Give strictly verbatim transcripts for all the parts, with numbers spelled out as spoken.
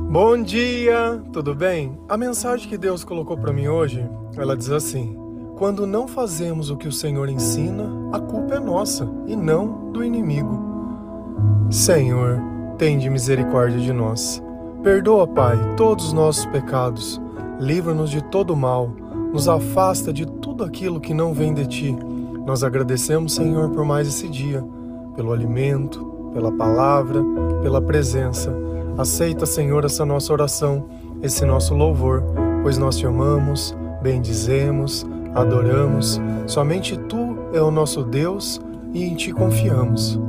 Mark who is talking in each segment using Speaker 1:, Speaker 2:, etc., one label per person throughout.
Speaker 1: Bom dia, tudo bem? A mensagem que Deus colocou para mim hoje, ela diz assim: quando não fazemos o que o Senhor ensina, a culpa é nossa e não do inimigo. Senhor, tende misericórdia de nós. Perdoa, Pai, todos os nossos pecados. Livra-nos de todo mal. Nos afasta de tudo aquilo que não vem de Ti. Nós agradecemos, Senhor, por mais esse dia, pelo alimento, pela palavra, pela presença. Aceita, Senhor, essa nossa oração, esse nosso louvor, pois nós Te amamos, bendizemos, adoramos. Somente Tu é o nosso Deus e em Ti confiamos.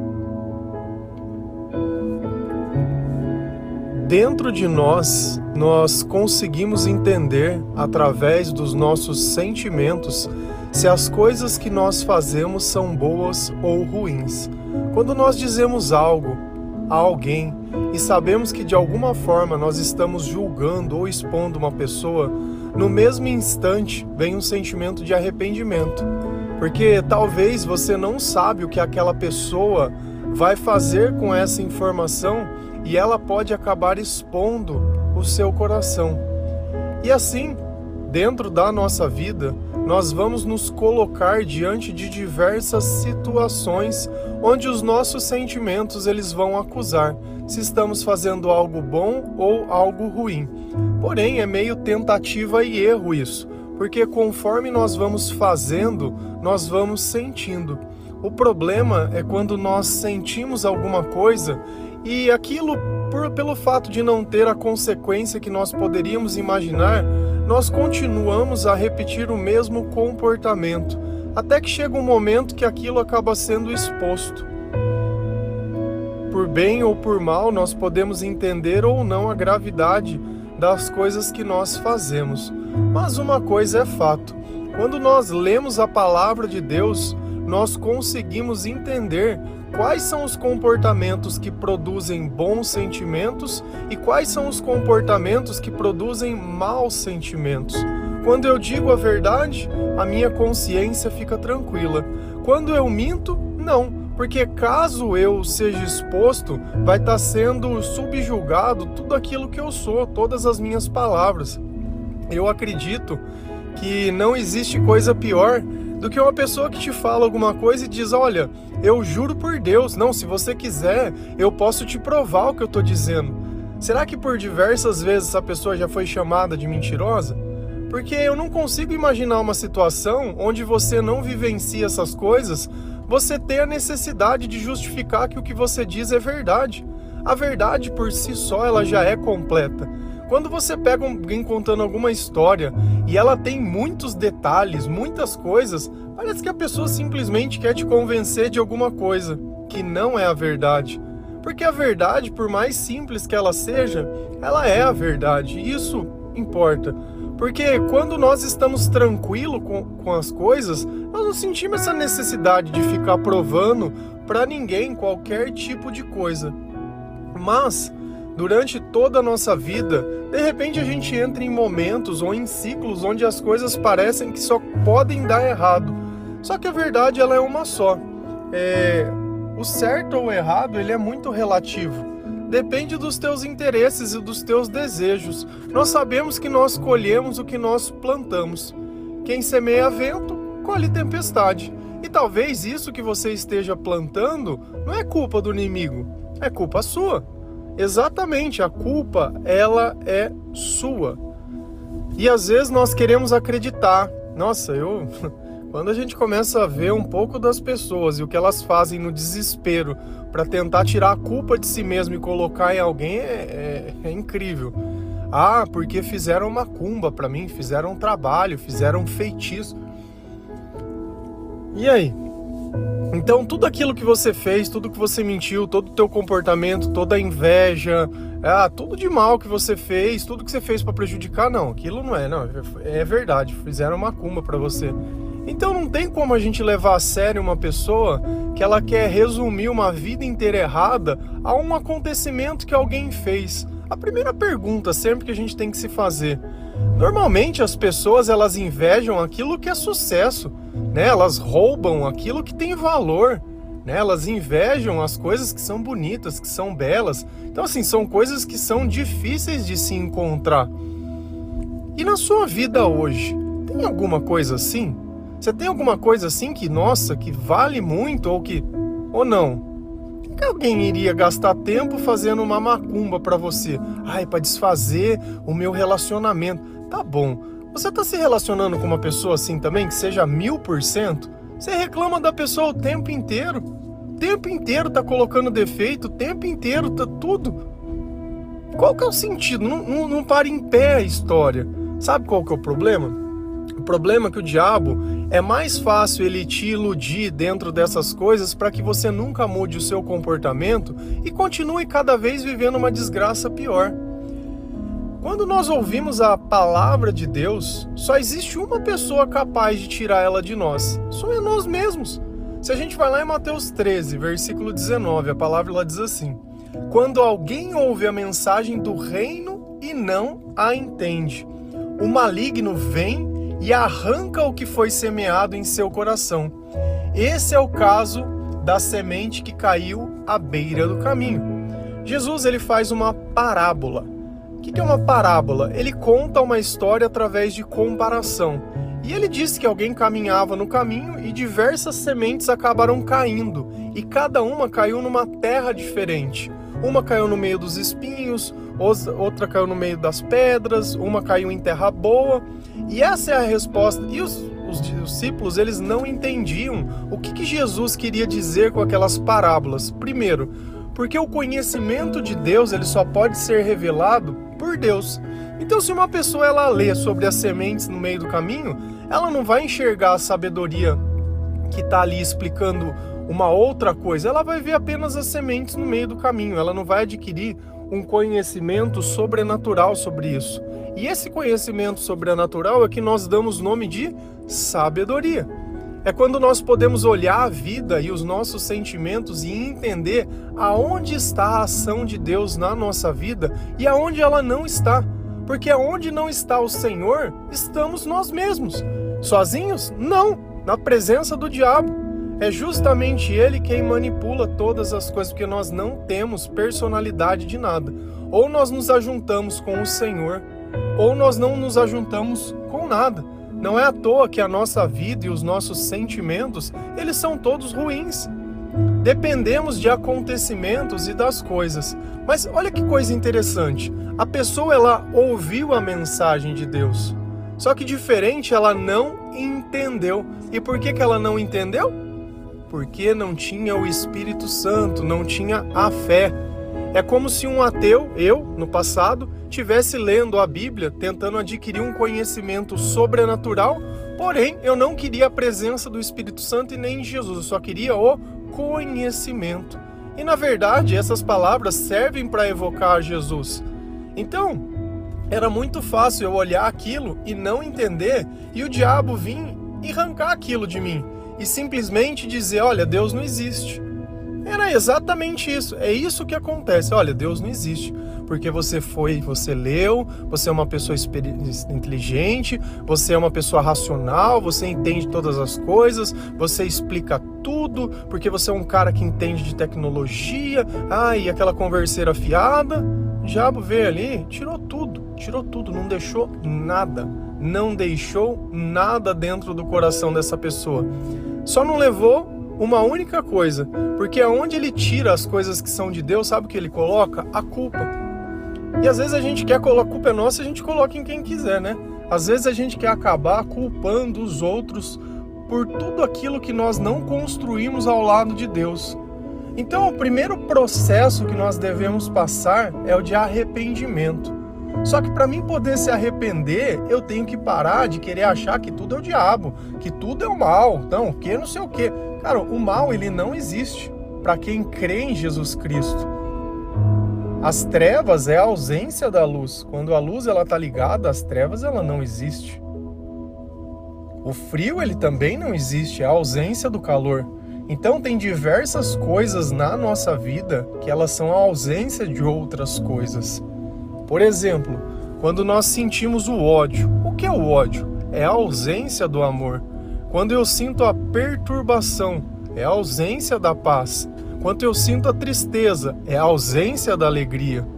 Speaker 1: Dentro de nós, nós conseguimos entender, através dos nossos sentimentos, se as coisas que nós fazemos são boas ou ruins. Quando nós dizemos algo a alguém e sabemos que de alguma forma nós estamos julgando ou expondo uma pessoa, no mesmo instante vem um sentimento de arrependimento, porque talvez você não sabe o que aquela pessoa vai fazer com essa informação e ela pode acabar expondo o seu coração. E assim, dentro da nossa vida, nós vamos nos colocar diante de diversas situações onde os nossos sentimentos eles vão acusar se estamos fazendo algo bom ou algo ruim. Porém, é meio tentativa e erro isso, porque conforme nós vamos fazendo, nós vamos sentindo. O problema é quando nós sentimos alguma coisa e aquilo, por, pelo fato de não ter a consequência que nós poderíamos imaginar, nós continuamos a repetir o mesmo comportamento, até que chega um momento que aquilo acaba sendo exposto. Por bem ou por mal, nós podemos entender ou não a gravidade das coisas que nós fazemos. Mas uma coisa é fato: quando nós lemos a palavra de Deus, nós conseguimos entender quais são os comportamentos que produzem bons sentimentos e quais são os comportamentos que produzem maus sentimentos. Quando eu digo a verdade, a minha consciência fica tranquila. Quando eu minto, não, porque caso eu seja exposto, vai estar sendo subjugado tudo aquilo que eu sou, todas as minhas palavras. Eu acredito que não existe coisa pior do que uma pessoa que te fala alguma coisa e diz: olha, eu juro por Deus, não, se você quiser, eu posso te provar o que eu estou dizendo. Será que por diversas vezes essa pessoa já foi chamada de mentirosa? Porque eu não consigo imaginar uma situação onde você não vivencia essas coisas, você ter a necessidade de justificar que o que você diz é verdade. A verdade por si só, ela já é completa. Quando você pega alguém contando alguma história e ela tem muitos detalhes, muitas coisas, parece que a pessoa simplesmente quer te convencer de alguma coisa, que não é a verdade. Porque a verdade, por mais simples que ela seja, ela é a verdade, e isso importa. Porque quando nós estamos tranquilos com, com as coisas, nós não sentimos essa necessidade de ficar provando para ninguém qualquer tipo de coisa. Mas durante toda a nossa vida, de repente a gente entra em momentos ou em ciclos onde as coisas parecem que só podem dar errado. Só que a verdade ela é uma só. É... O certo ou o errado ele é muito relativo. Depende dos teus interesses e dos teus desejos. Nós sabemos que nós colhemos o que nós plantamos. Quem semeia vento, colhe tempestade. E talvez isso que você esteja plantando não é culpa do inimigo, é culpa sua. Exatamente, a culpa, ela é sua. E às vezes nós queremos acreditar. Nossa, eu... Quando a gente começa a ver um pouco das pessoas e o que elas fazem no desespero para tentar tirar a culpa de si mesmo e colocar em alguém, é, é, é incrível. Ah, porque fizeram macumba para mim, fizeram um trabalho, fizeram um feitiço. E aí? Então tudo aquilo que você fez, tudo que você mentiu, todo o teu comportamento, toda a inveja, ah, tudo de mal que você fez, tudo que você fez para prejudicar, não, aquilo não é, não, é verdade, fizeram macumba para você. Então não tem como a gente levar a sério uma pessoa que ela quer resumir uma vida inteira errada a um acontecimento que alguém fez. A primeira pergunta sempre que a gente tem que se fazer: normalmente as pessoas elas invejam aquilo que é sucesso, né? Elas roubam aquilo que tem valor. né? Elas invejam as coisas que são bonitas, que são belas. Então, assim, são coisas que são difíceis de se encontrar. E na sua vida hoje, tem alguma coisa assim? Você tem alguma coisa assim que, nossa, que vale muito ou que... ou não? Por que alguém iria gastar tempo fazendo uma macumba pra você? Ai, pra desfazer o meu relacionamento. Tá bom. Você tá se relacionando com uma pessoa assim também, que seja mil por cento? Você reclama da pessoa o tempo inteiro. O tempo inteiro tá colocando defeito, o tempo inteiro tá tudo. Qual que é o sentido? Não, não, não para em pé a história. Sabe qual que é o problema? O problema é que o diabo é mais fácil ele te iludir dentro dessas coisas para que você nunca mude o seu comportamento e continue cada vez vivendo uma desgraça pior. Quando nós ouvimos a palavra de Deus, só existe uma pessoa capaz de tirar ela de nós. Somos nós mesmos. Se a gente vai lá em Mateus treze, versículo dezenove, a palavra lá diz assim: quando alguém ouve a mensagem do reino e não a entende, o maligno vem e arranca o que foi semeado em seu coração. Esse é o caso da semente que caiu à beira do caminho. Jesus ele faz uma parábola. O que é uma parábola? Ele conta uma história através de comparação. E ele disse que alguém caminhava no caminho e diversas sementes acabaram caindo. E cada uma caiu numa terra diferente. Uma caiu no meio dos espinhos, outra caiu no meio das pedras, uma caiu em terra boa. E essa é a resposta. E os, os discípulos, eles não entendiam o que, que Jesus queria dizer com aquelas parábolas. Primeiro, porque o conhecimento de Deus ele só pode ser revelado por Deus. Então, se uma pessoa ela lê sobre as sementes no meio do caminho, ela não vai enxergar a sabedoria que está ali explicando uma outra coisa. Ela vai ver apenas as sementes no meio do caminho. Ela não vai adquirir um conhecimento sobrenatural sobre isso. E esse conhecimento sobrenatural é que nós damos nome de sabedoria. É quando nós podemos olhar a vida e os nossos sentimentos e entender aonde está a ação de Deus na nossa vida e aonde ela não está. Porque aonde não está o Senhor, estamos nós mesmos. Sozinhos? Não. Na presença do diabo. É justamente ele quem manipula todas as coisas, porque nós não temos personalidade de nada. Ou nós nos ajuntamos com o Senhor, ou nós não nos ajuntamos com nada. Não é à toa que a nossa vida e os nossos sentimentos, eles são todos ruins. Dependemos de acontecimentos e das coisas. Mas olha que coisa interessante. A pessoa, ela ouviu a mensagem de Deus. Só que diferente, ela não entendeu. E por que que ela não entendeu? Porque não tinha o Espírito Santo, não tinha a fé. É como se um ateu, eu, no passado, tivesse lendo a Bíblia, tentando adquirir um conhecimento sobrenatural, porém, eu não queria a presença do Espírito Santo e nem de Jesus, eu só queria o conhecimento. E, na verdade, essas palavras servem para evocar Jesus. Então, era muito fácil eu olhar aquilo e não entender, e o diabo vir e arrancar aquilo de mim. E simplesmente dizer, olha, Deus não existe. Era exatamente isso. É isso que acontece. Olha, Deus não existe. Porque você foi, você leu, você é uma pessoa inteligente, você é uma pessoa racional, você entende todas as coisas, você explica tudo, porque você é um cara que entende de tecnologia. Ah, e aquela converseira fiada. O diabo veio ali, tirou tudo, tirou tudo, não deixou nada. Não deixou nada dentro do coração dessa pessoa. Só não levou uma única coisa, porque aonde ele tira as coisas que são de Deus, sabe o que ele coloca? A culpa. E às vezes a gente quer colocar, a culpa é nossa, a gente coloca em quem quiser, né? Às vezes a gente quer acabar culpando os outros por tudo aquilo que nós não construímos ao lado de Deus. Então o primeiro processo que nós devemos passar é o de arrependimento. Só que para mim poder se arrepender, eu tenho que parar de querer achar que tudo é o diabo, que tudo é o mal, não, que não sei o quê. Cara, o mal ele não existe para quem crê em Jesus Cristo. As trevas é a ausência da luz. Quando a luz ela tá ligada, as trevas ela não existe. O frio ele também não existe, é a ausência do calor. Então tem diversas coisas na nossa vida que elas são a ausência de outras coisas. Por exemplo, quando nós sentimos o ódio. O que é o ódio? É a ausência do amor. Quando eu sinto a perturbação, é a ausência da paz. Quando eu sinto a tristeza, é a ausência da alegria.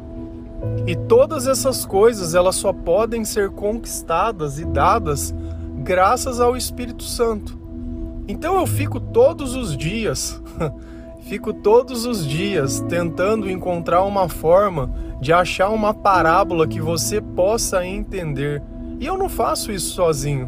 Speaker 1: E todas essas coisas, elas só podem ser conquistadas e dadas graças ao Espírito Santo. Então eu fico todos os dias, fico todos os dias tentando encontrar uma forma de achar uma parábola que você possa entender. E eu não faço isso sozinho.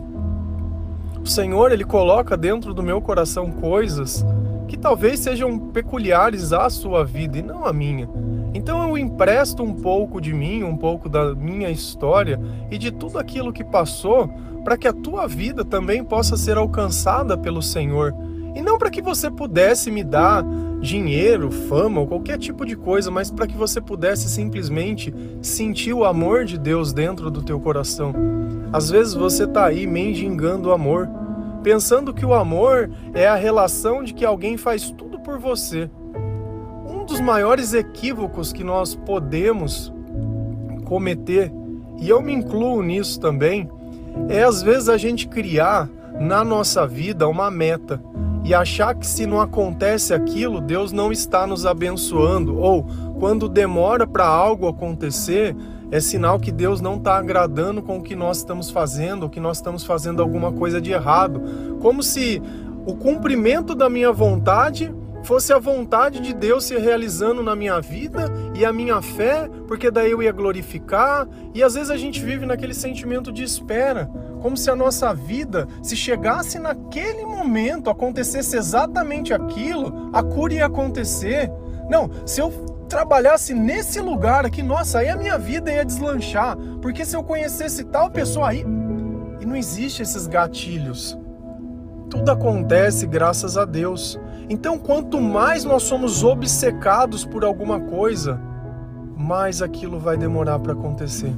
Speaker 1: O Senhor, Ele coloca dentro do meu coração coisas que talvez sejam peculiares à sua vida e não à minha. Então eu empresto um pouco de mim, um pouco da minha história e de tudo aquilo que passou para que a tua vida também possa ser alcançada pelo Senhor. E não para que você pudesse me dar dinheiro, fama ou qualquer tipo de coisa, mas para que você pudesse simplesmente sentir o amor de Deus dentro do teu coração. Às vezes você está aí mendigando o amor, pensando que o amor é a relação de que alguém faz tudo por você. Um dos maiores equívocos que nós podemos cometer, e eu me incluo nisso também, é às vezes a gente criar na nossa vida uma meta e achar que se não acontece aquilo, Deus não está nos abençoando, ou quando demora para algo acontecer, é sinal que Deus não está agradando com o que nós estamos fazendo, ou que nós estamos fazendo alguma coisa de errado. Como se o cumprimento da minha vontade fosse a vontade de Deus se realizando na minha vida e a minha fé, porque daí eu ia glorificar. E às vezes a gente vive naquele sentimento de espera, como se a nossa vida, se chegasse naquele momento, acontecesse exatamente aquilo, a cura ia acontecer. Não, se eu trabalhasse nesse lugar aqui, nossa, aí a minha vida ia deslanchar, porque se eu conhecesse tal pessoa aí, e não existe esses gatilhos. Tudo acontece graças a Deus. Então, quanto mais nós somos obcecados por alguma coisa, mais aquilo vai demorar para acontecer.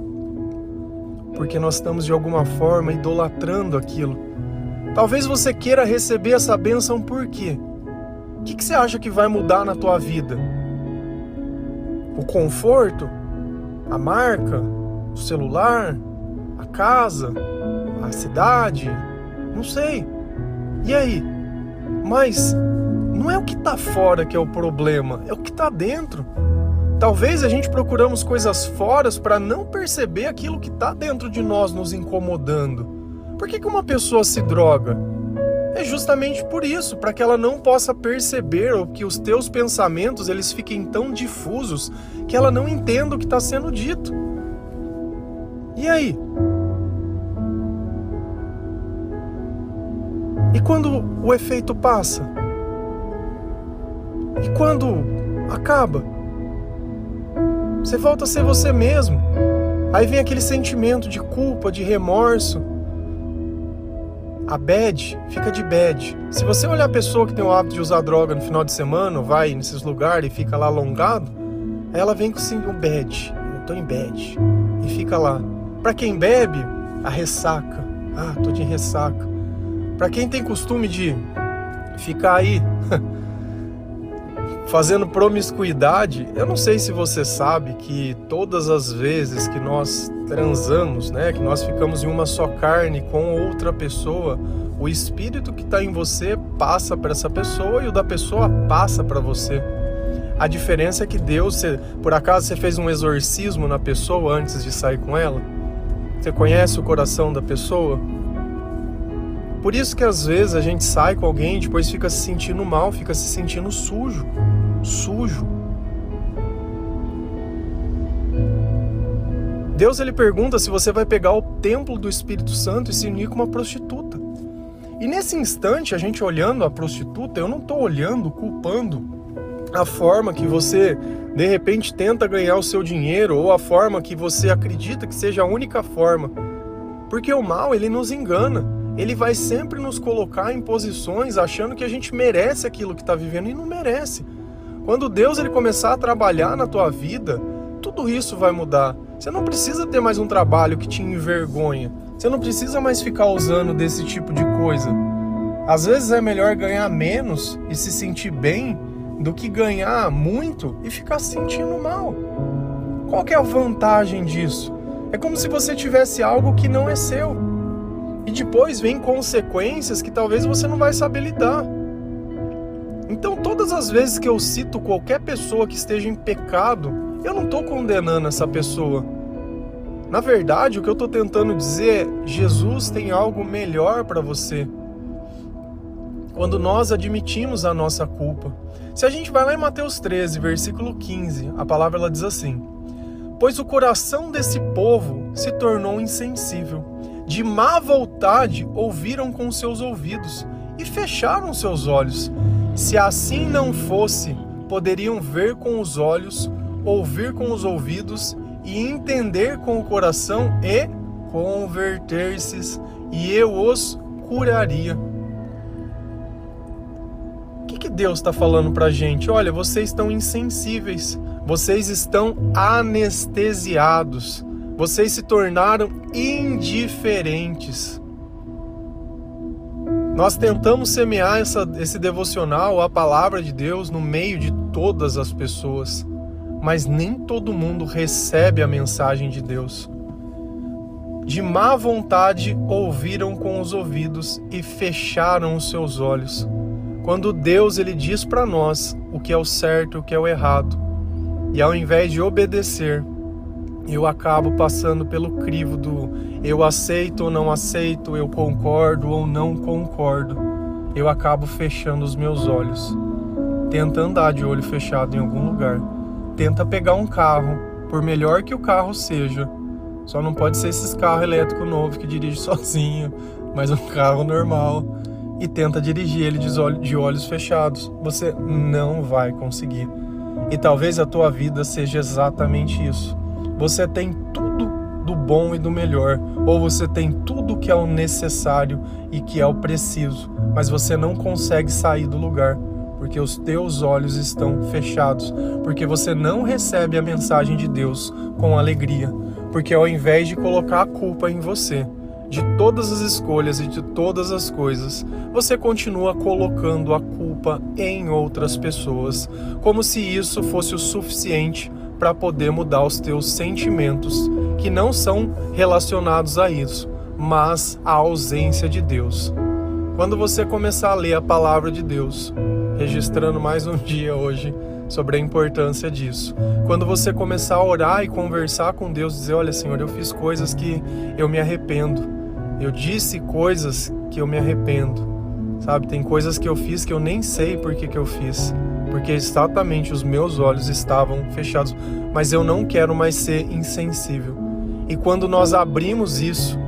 Speaker 1: Porque nós estamos, de alguma forma, idolatrando aquilo. Talvez você queira receber essa bênção por quê? O que, que você acha que vai mudar na tua vida? O conforto? A marca? O celular? A casa? A cidade? Não sei. E aí? Mas não é o que está fora que é o problema, é o que está dentro. Talvez a gente procuramos coisas fora para não perceber aquilo que está dentro de nós nos incomodando. Por que que uma pessoa se droga? É justamente por isso, para que ela não possa perceber, ou que os teus pensamentos eles fiquem tão difusos que ela não entenda o que está sendo dito. E aí? E quando o efeito passa? E quando acaba? Você volta a ser você mesmo. Aí vem aquele sentimento de culpa, de remorso. A bad fica de bad. Se você olhar a pessoa que tem o hábito de usar droga no final de semana, vai nesses lugares e fica lá alongado, ela vem com o bad. Eu tô em bad. E fica lá. Pra quem bebe, a ressaca. Ah, tô de ressaca. Pra quem tem costume de ficar aí fazendo promiscuidade, eu não sei se você sabe que todas as vezes que nós transamos, né, que nós ficamos em uma só carne com outra pessoa, o espírito que está em você passa para essa pessoa e o da pessoa passa para você. A diferença é que Deus, você, por acaso você fez um exorcismo na pessoa antes de sair com ela? Você conhece o coração da pessoa? Por isso que às vezes a gente sai com alguém e depois fica se sentindo mal, fica se sentindo sujo, sujo. Deus ele pergunta se você vai pegar o templo do Espírito Santo e se unir com uma prostituta. E nesse instante, a gente olhando a prostituta, eu não estou olhando, culpando a forma que você de repente tenta ganhar o seu dinheiro ou a forma que você acredita que seja a única forma. Porque o mal ele nos engana. Ele vai sempre nos colocar em posições achando que a gente merece aquilo que está vivendo e não merece. Quando Deus ele começar a trabalhar na tua vida, tudo isso vai mudar. Você não precisa ter mais um trabalho que te envergonha. Você não precisa mais ficar usando desse tipo de coisa. Às vezes é melhor ganhar menos e se sentir bem do que ganhar muito e ficar se sentindo mal. Qual que é a vantagem disso? É como se você tivesse algo que não é seu. E depois vem consequências que talvez você não vai saber lidar. Então, todas as vezes que eu cito qualquer pessoa que esteja em pecado, eu não estou condenando essa pessoa. Na verdade, o que eu estou tentando dizer é: Jesus tem algo melhor para você. Quando nós admitimos a nossa culpa. Se a gente vai lá em Mateus treze, versículo quinze, a palavra ela diz assim: pois o coração desse povo se tornou insensível. De má vontade ouviram com seus ouvidos e fecharam seus olhos. Se assim não fosse, poderiam ver com os olhos, ouvir com os ouvidos e entender com o coração e converter-se, e eu os curaria. O que, que Deus está falando para a gente? Olha, vocês estão insensíveis, vocês estão anestesiados, vocês se tornaram indiferentes. Nós tentamos semear essa, esse devocional, a palavra de Deus, no meio de todas as pessoas, mas nem todo mundo recebe a mensagem de Deus. De má vontade ouviram com os ouvidos e fecharam os seus olhos. Quando Deus ele diz para nós o que é o certo e o que é o errado, e ao invés de obedecer, eu acabo passando pelo crivo do eu aceito ou não aceito, eu concordo ou não concordo. Eu acabo fechando os meus olhos. Tenta andar de olho fechado em algum lugar. Tenta pegar um carro, por melhor que o carro seja. Só não pode ser esses carros elétricos novos que dirige sozinho, mas um carro normal. E tenta dirigir ele de olhos fechados. Você não vai conseguir. E talvez a tua vida seja exatamente isso. Você tem tudo do bom e do melhor, ou você tem tudo que é o necessário e que é o preciso, mas você não consegue sair do lugar, porque os teus olhos estão fechados, porque você não recebe a mensagem de Deus com alegria, porque ao invés de colocar a culpa em você, de todas as escolhas e de todas as coisas, você continua colocando a culpa em outras pessoas, como se isso fosse o suficiente para poder mudar os teus sentimentos, que não são relacionados a isso, mas à ausência de Deus. Quando você começar a ler a palavra de Deus, registrando mais um dia hoje sobre a importância disso, quando você começar a orar e conversar com Deus, dizer: olha, Senhor, eu fiz coisas que eu me arrependo, eu disse coisas que eu me arrependo, sabe, tem coisas que eu fiz que eu nem sei por que que eu fiz, porque exatamente os meus olhos estavam fechados, mas eu não quero mais ser insensível. E quando nós abrimos isso,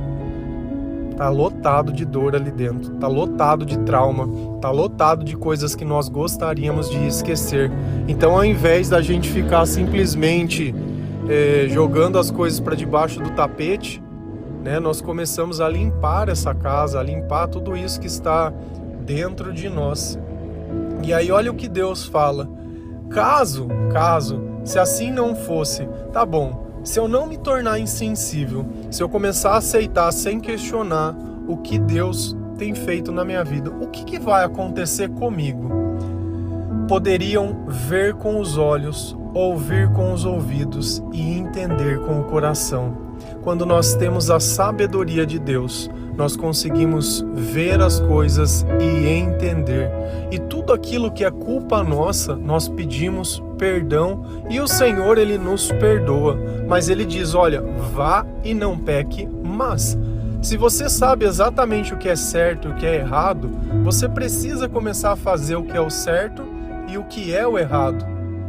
Speaker 1: tá lotado de dor ali dentro, tá lotado de trauma, tá lotado de coisas que nós gostaríamos de esquecer. Então, ao invés da gente ficar simplesmente é, jogando as coisas para debaixo do tapete, né, nós começamos a limpar essa casa, a limpar tudo isso que está dentro de nós. E aí olha o que Deus fala: caso, caso, se assim não fosse, tá bom, se eu não me tornar insensível, se eu começar a aceitar sem questionar o que Deus tem feito na minha vida, o que, que vai acontecer comigo? Poderiam ver com os olhos, ouvir com os ouvidos e entender com o coração. Quando nós temos a sabedoria de Deus, nós conseguimos ver as coisas e entender. E tudo aquilo que é culpa nossa, nós pedimos perdão e o Senhor, Ele nos perdoa. Mas Ele diz: olha, vá e não peque, mas se você sabe exatamente o que é certo e o que é errado, você precisa começar a fazer o que é o certo e o que é o errado.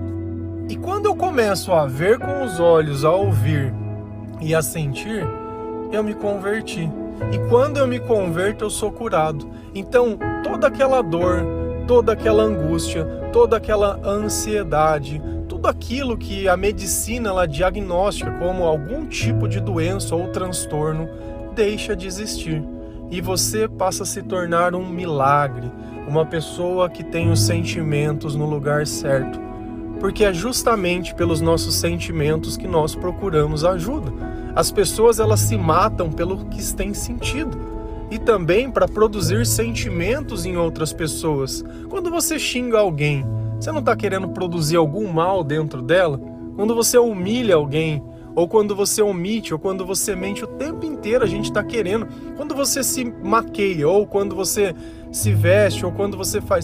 Speaker 1: E quando eu começo a ver com os olhos, a ouvir e a sentir, eu me converti. E quando eu me converto, eu sou curado. Então, toda aquela dor, toda aquela angústia, toda aquela ansiedade, tudo aquilo que a medicina ela diagnostica como algum tipo de doença ou transtorno, deixa de existir. E você passa a se tornar um milagre, uma pessoa que tem os sentimentos no lugar certo. Porque é justamente pelos nossos sentimentos que nós procuramos ajuda. As pessoas elas se matam pelo que têm sentido e também para produzir sentimentos em outras pessoas. Quando você xinga alguém, você não está querendo produzir algum mal dentro dela? Quando você humilha alguém, ou quando você omite, ou quando você mente, o tempo inteiro a gente está querendo. Quando você se maqueia, ou quando você se veste, ou quando você faz, o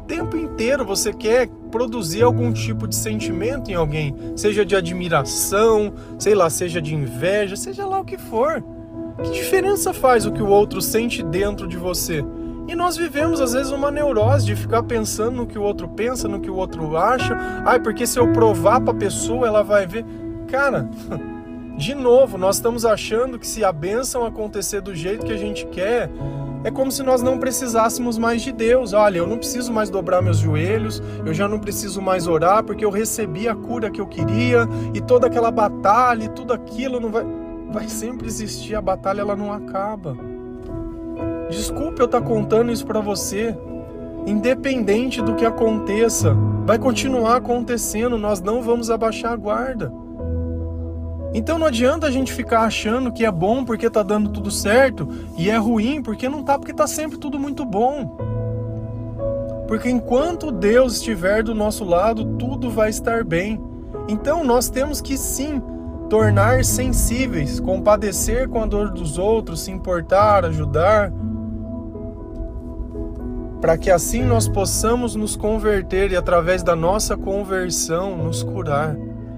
Speaker 1: tempo inteiro você quer produzir algum tipo de sentimento em alguém, seja de admiração, sei lá, seja de inveja, seja lá o que for. Que diferença faz o que o outro sente dentro de você? E nós vivemos, às vezes, uma neurose de ficar pensando no que o outro pensa, no que o outro acha. Ai, porque se eu provar pra pessoa, ela vai ver. Cara, de novo, nós estamos achando que se a bênção acontecer do jeito que a gente quer, é como se nós não precisássemos mais de Deus. Olha, eu não preciso mais dobrar meus joelhos, eu já não preciso mais orar, porque eu recebi a cura que eu queria, e toda aquela batalha e tudo aquilo não vai... Vai sempre existir, a batalha ela não acaba. Desculpe eu estar contando isso para você. Independente do que aconteça, vai continuar acontecendo, nós não vamos abaixar a guarda. Então não adianta a gente ficar achando que é bom porque tá dando tudo certo e é ruim porque não tá, porque tá sempre tudo muito bom. Porque enquanto Deus estiver do nosso lado, tudo vai estar bem. Então nós temos que sim tornar sensíveis, compadecer com a dor dos outros, se importar, ajudar, para que assim nós possamos nos converter e através da nossa conversão nos curar.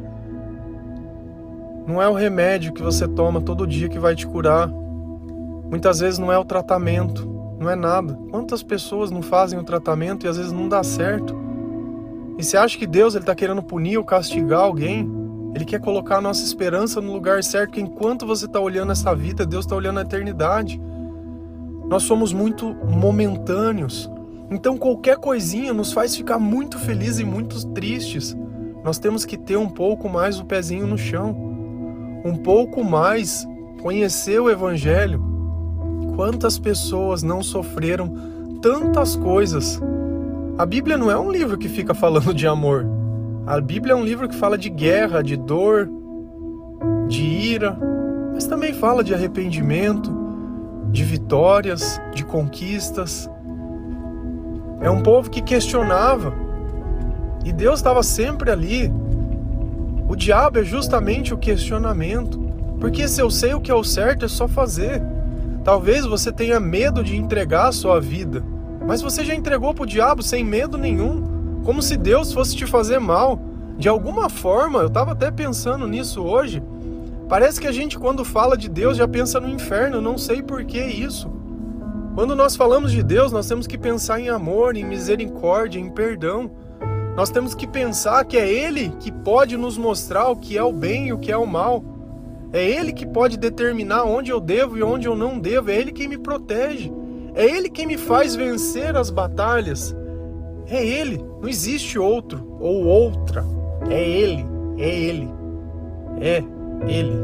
Speaker 1: Não é o remédio que você toma todo dia que vai te curar. Muitas vezes não é o tratamento, não é nada. Quantas pessoas não fazem o tratamento e às vezes não dá certo? E você acha que Deus está querendo punir ou castigar alguém? Ele quer colocar a nossa esperança no lugar certo, porque enquanto você está olhando essa vida, Deus está olhando a eternidade. Nós somos muito momentâneos. Então qualquer coisinha nos faz ficar muito felizes e muito tristes. Nós temos que ter um pouco mais o pezinho no chão. Um pouco mais conhecer o Evangelho. Quantas pessoas não sofreram tantas coisas? A Bíblia não é um livro que fica falando de amor. A Bíblia é um livro que fala de guerra, de dor, de ira, mas também fala de arrependimento, de vitórias, de conquistas. É um povo que questionava e Deus estava sempre ali. O diabo é justamente o questionamento, porque se eu sei o que é o certo, é só fazer. Talvez você tenha medo de entregar a sua vida, mas você já entregou para o diabo sem medo nenhum. Como se Deus fosse te fazer mal. De alguma forma, eu estava até pensando nisso hoje, parece que a gente quando fala de Deus já pensa no inferno, eu não sei por que isso. Quando nós falamos de Deus, nós temos que pensar em amor, em misericórdia, em perdão. Nós temos que pensar que é Ele que pode nos mostrar o que é o bem e o que é o mal. É Ele que pode determinar onde eu devo e onde eu não devo. É Ele quem me protege. É Ele quem me faz vencer as batalhas. É Ele, não existe outro ou outra. É Ele, é Ele, é Ele.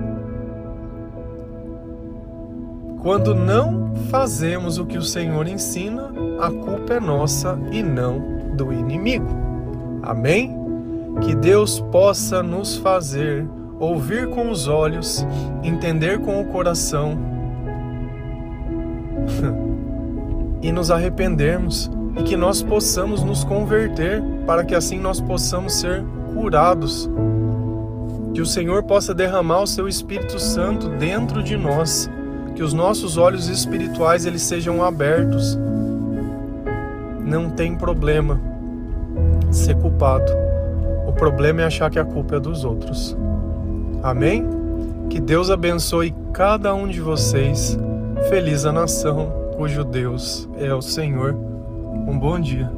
Speaker 1: Quando não fazemos o que o Senhor ensina, a culpa é nossa e não do inimigo. Amém? Que Deus possa nos fazer ouvir com os olhos, entender com o coração e nos arrependermos. E que nós possamos nos converter, para que assim nós possamos ser curados. Que o Senhor possa derramar o seu Espírito Santo dentro de nós. Que os nossos olhos espirituais eles sejam abertos. Não tem problema ser culpado. O problema é achar que a culpa é dos outros. Amém? Que Deus abençoe cada um de vocês. Feliz a nação cujo Deus é o Senhor. Um bom dia.